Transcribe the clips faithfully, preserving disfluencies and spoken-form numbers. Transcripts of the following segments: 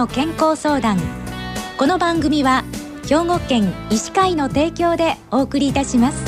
の健康相談。この番組は兵庫県医師会の提供でお送りいたします。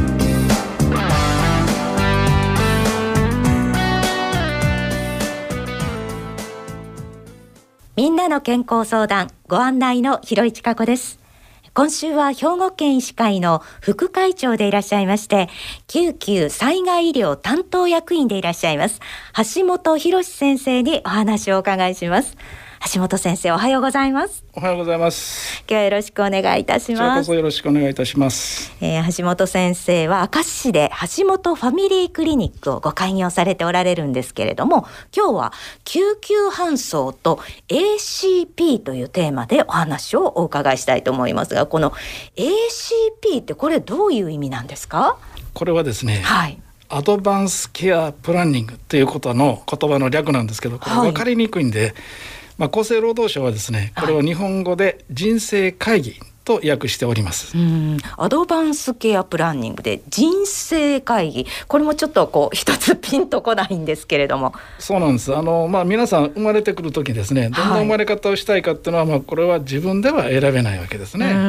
みんなの健康相談、ご案内の広市加子です。今週は兵庫県医師会の副会長でいらっしゃいまして、救急災害医療担当役員でいらっしゃいます橋本博先生にお話をお伺いします。橋本先生、おはようございます。 おはようございます。 今日はよろしくお願いいたします。 こちらこそよろしくお願いいたします。 えー、橋本先生は明石市で橋本ファミリークリニックをご開業されておられるんですけれども、今日は救急搬送と エーシーピー というテーマでお話をお伺いしたいと思いますが、この エーシーピー ってこれどういう意味なんですか？ これはですね、 はい、 アドバンスケアプランニングということの言葉の略なんですけど、これ分かりにくいんで、はい、まあ、厚生労働省はですね、これを日本語で人生会議と訳しております。 うん、アドバンスケアプランニングで人生会議、これもちょっとこう一つピンとこないんですけれども。 そうなんです。あの、まあ、皆さん生まれてくるときですね、どんな生まれ方をしたいかっていうのは、はい、まあ、これは自分では選べないわけですね。うん、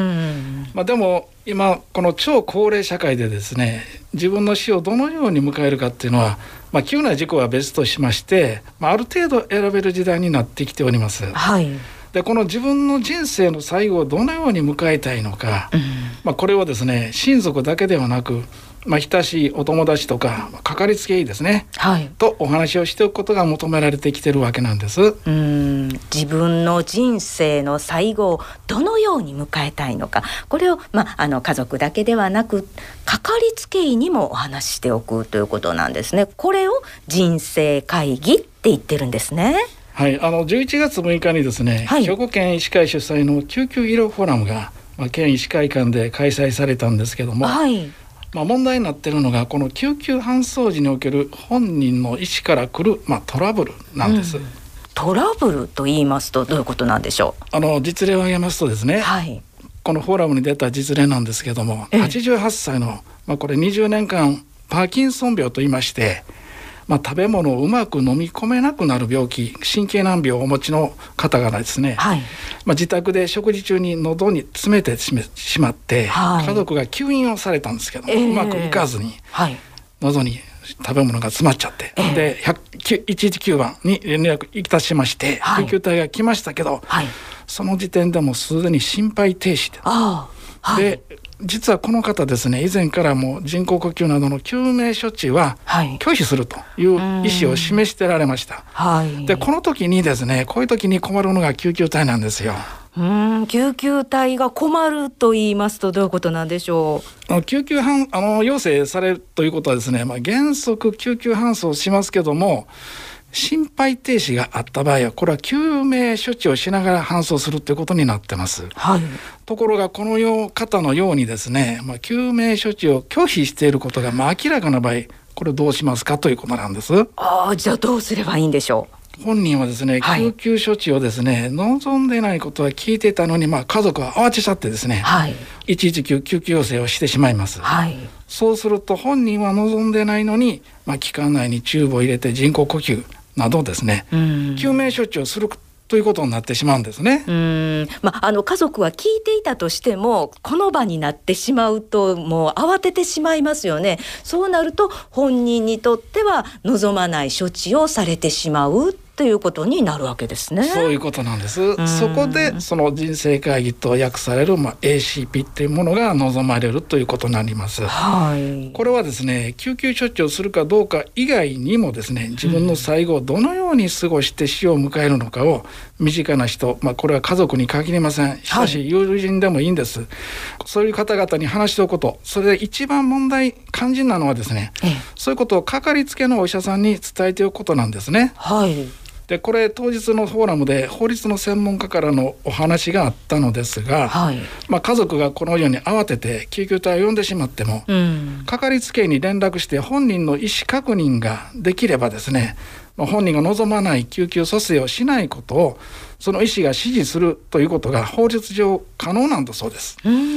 まあ、でも今この超高齢社会でですね、自分の死をどのように迎えるかっていうのは、まあ、急な事故は別としまして、まあ、ある程度選べる時代になってきております。はい、でこの自分の人生の最後をどのように迎えたいのか、うん、まあ、これをですね、親族だけではなく、まあ、親しいお友達とかかかりつけ医ですね、はい、とお話をしておくことが求められてきているわけなんです。うーん、自分の人生の最後をどのように迎えたいのか、これを、まあ、あの家族だけではなくかかりつけ医にもお話ししておくということなんですね。これを人生会議って言ってるんですね。 はい、あのじゅういちがつむいかにですね、はい、兵庫県医師会主催の救急医療フォーラムが、まあ、県医師会館で開催されたんですけども、はい、まあ、問題になっているのがこの救急搬送時における本人の意思から来る、まあ、トラブルなんです。うん、 トラブルと言いますとどういうことなんでしょう？ あの実例を挙げますとですね、はい、このフォーラムに出た実例なんですけども、はちじゅうはっさいの、まあ、これにじゅうねんかんパーキンソン病と言いまして、まあ、食べ物をうまく飲み込めなくなる病気、神経難病をお持ちの方がですね、はい、まあ、自宅で食事中に喉に詰めてしまって、はい、家族が吸引をされたんですけども、えー、うまくいかずに、はい、喉に食べ物が詰まっちゃって、えー、でいちいちきゅうばんに連絡いたしまして、はい、救急隊が来ましたけど、はい、その時点でもすでに心肺停止で、あ、はい、で実はこの方ですね、以前からも人工呼吸などの救命処置は拒否するという意思を示してられました。はい、でこの時にですね、こういう時に困るのが救急隊なんですよ。 うーん、救急隊が困ると言いますとどういうことなんでしょう？救急搬あの要請されるということはですね、まあ、原則救急搬送しますけども、心肺停止があった場合はこれは救命処置をしながら搬送するということになってます。はい、ところがこの方のようにですね、まあ、救命処置を拒否していることがまあ明らかな場合、これどうしますかということなんです。あ、 じゃあどうすればいいんでしょう？ 本人はですね、はい、救急処置をですね望んでないことは聞いてたのに、まあ、家族は慌てちゃってですね、はい、いちいちきゅう救急要請をしてしまいます。はい、そうすると本人は望んでないのに、まあ、気管内にチューブを入れて人工呼吸などですね、救命処置をするということになってしまうんですね。 うーん、まあ、あの家族は聞いていたとしてもこの場になってしまうともう慌ててしまいますよね。そうなると本人にとっては望まない処置をされてしまうということになるわけですね。 そういうことなんです。そこでその人生会議と訳される、まあ、エーシーピー っていうものが望まれるということになります。はい、これはですね、救急処置をするかどうか以外にもですね、自分の最後をどのように過ごして死を迎えるのかを身近な人、まあ、これは家族に限りません。しかし友人でもいいんです、はい、そういう方々に話しておくこと、それで一番問題肝心なのはですね、ええ、そういうことをかかりつけのお医者さんに伝えておくことなんですね。はい、でこれ当日のフォーラムで法律の専門家からのお話があったのですが、はい、まあ、家族がこのように慌てて救急隊を呼んでしまっても、うん、かかりつけ医に連絡して本人の意思確認ができればですね、まあ、本人が望まない救急蘇生をしないことをその医師が指示するということが法律上可能なんだそうです。うーん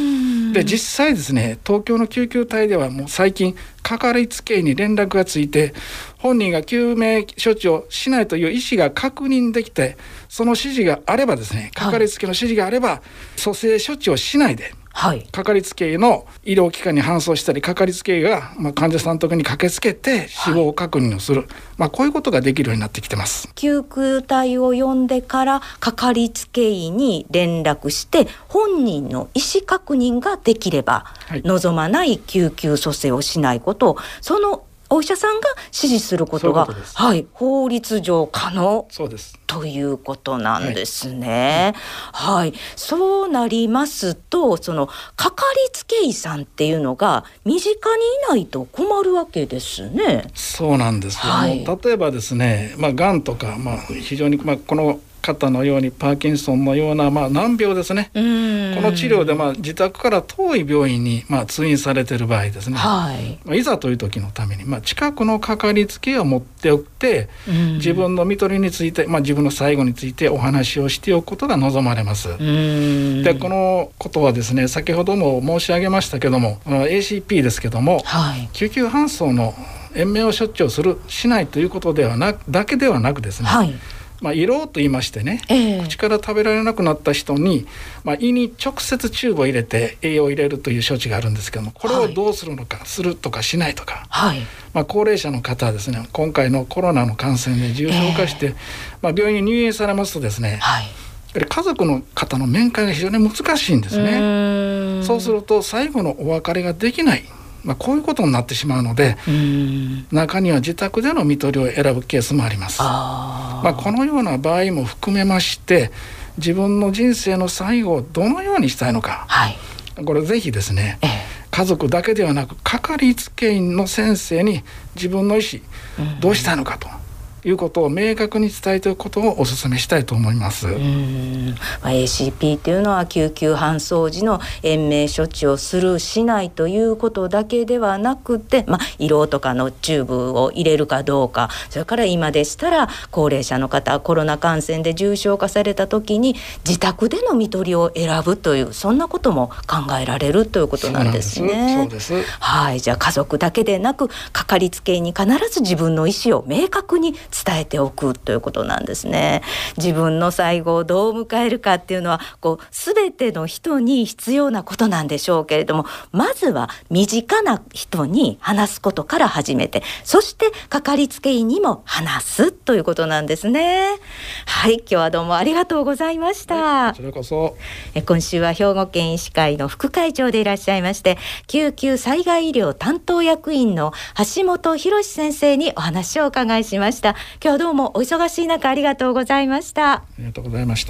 で実際ですね、東京の救急隊ではもう最近かかりつけ医に連絡がついて、本人が救命処置をしないという意思が確認できて、その指示があればですね、かかりつけの指示があれば、はい、蘇生処置をしないで、はい、かかりつけ医の医療機関に搬送したり、かかりつけ医が、まあ、患者さんのところに駆けつけて死亡確認をする、はい、まあ、こういうことができるようになってきてます。 救急隊を呼んでからかかりつけ医に連絡して本人の意思確認ができれば、はい、望まない救急蘇生をしないことをそのお医者さんが指示することが、はい、法律上可能そうですということなんですね。はい、はい、そうなりますと、そのかかりつけ医さんっていうのが身近にいないと困るわけですね。 そうなんですよ、はい、例えばですね、まあ、がんとか、まあ、非常に、まあ、この方のようにパーキンソンのような、まあ、難病ですね。この治療で、まあ、自宅から遠い病院に、まあ、通院されている場合ですね、はい、まあ、いざという時のために、まあ、近くのかかりつけ医を持っておって、自分の看取りについて、まあ、自分の最後についてお話をしておくことが望まれます。でこのことはですね、先ほども申し上げましたけども、 エーシーピー ですけども、はい、救急搬送の延命を処置をするしないということではなだけではなくですね、はい、まあ、胃ろうと言いましてね、えー、口から食べられなくなった人に、まあ、胃に直接チューブを入れて栄養を入れるという処置があるんですけども、これをどうするのか、はい、するとかしないとか、はい、まあ、高齢者の方はですね、今回のコロナの感染で重症化して、えーまあ、病院に入院されますとですね、はい、家族の方の面会が非常に難しいんですね。うーん、そうすると最後のお別れができない、まあ、こういうことになってしまうので、うーん、中には自宅での看取りを選ぶケースもあります。あ、まあ、このような場合も含めまして、自分の人生の最後をどのようにしたいのか、はい、これぜひですね、ええ、家族だけではなくかかりつけ医の先生に自分の意思、うん、どうしたいのかということを明確に伝えておくことをお勧めしたいと思います。うーん、まあ、エーシーピー というのは救急搬送時の延命処置をするしないということだけではなくて、まあ、胃ろうとかのチューブを入れるかどうか、それから今でしたら高齢者の方、コロナ感染で重症化された時に自宅での看取りを選ぶという、そんなことも考えられるということなんですね。 そうです、そうです。 はい、じゃあ家族だけでなくかかりつけ医に必ず自分の意思を明確に伝えておくということなんですね。自分の最後をどう迎えるかっていうのはこう全ての人に必要なことなんでしょうけれども、まずは身近な人に話すことから始めて、そしてかかりつけ医にも話すということなんですね。はい、今日はどうもありがとうございました。 はい、こちらこそ。 え今週は兵庫県医師会の副会長でいらっしゃいまして、救急災害医療担当役員の橋本博先生にお話をお伺いしました。今日どうもお忙しい中ありがとうございました。 ありがとうございました。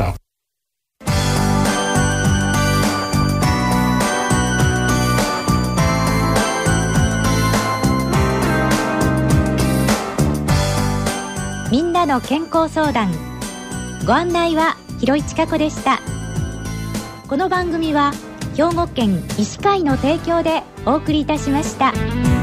みんなの健康相談、ご案内は広市加子でした。この番組は兵庫県医師会の提供でお送りいたしました。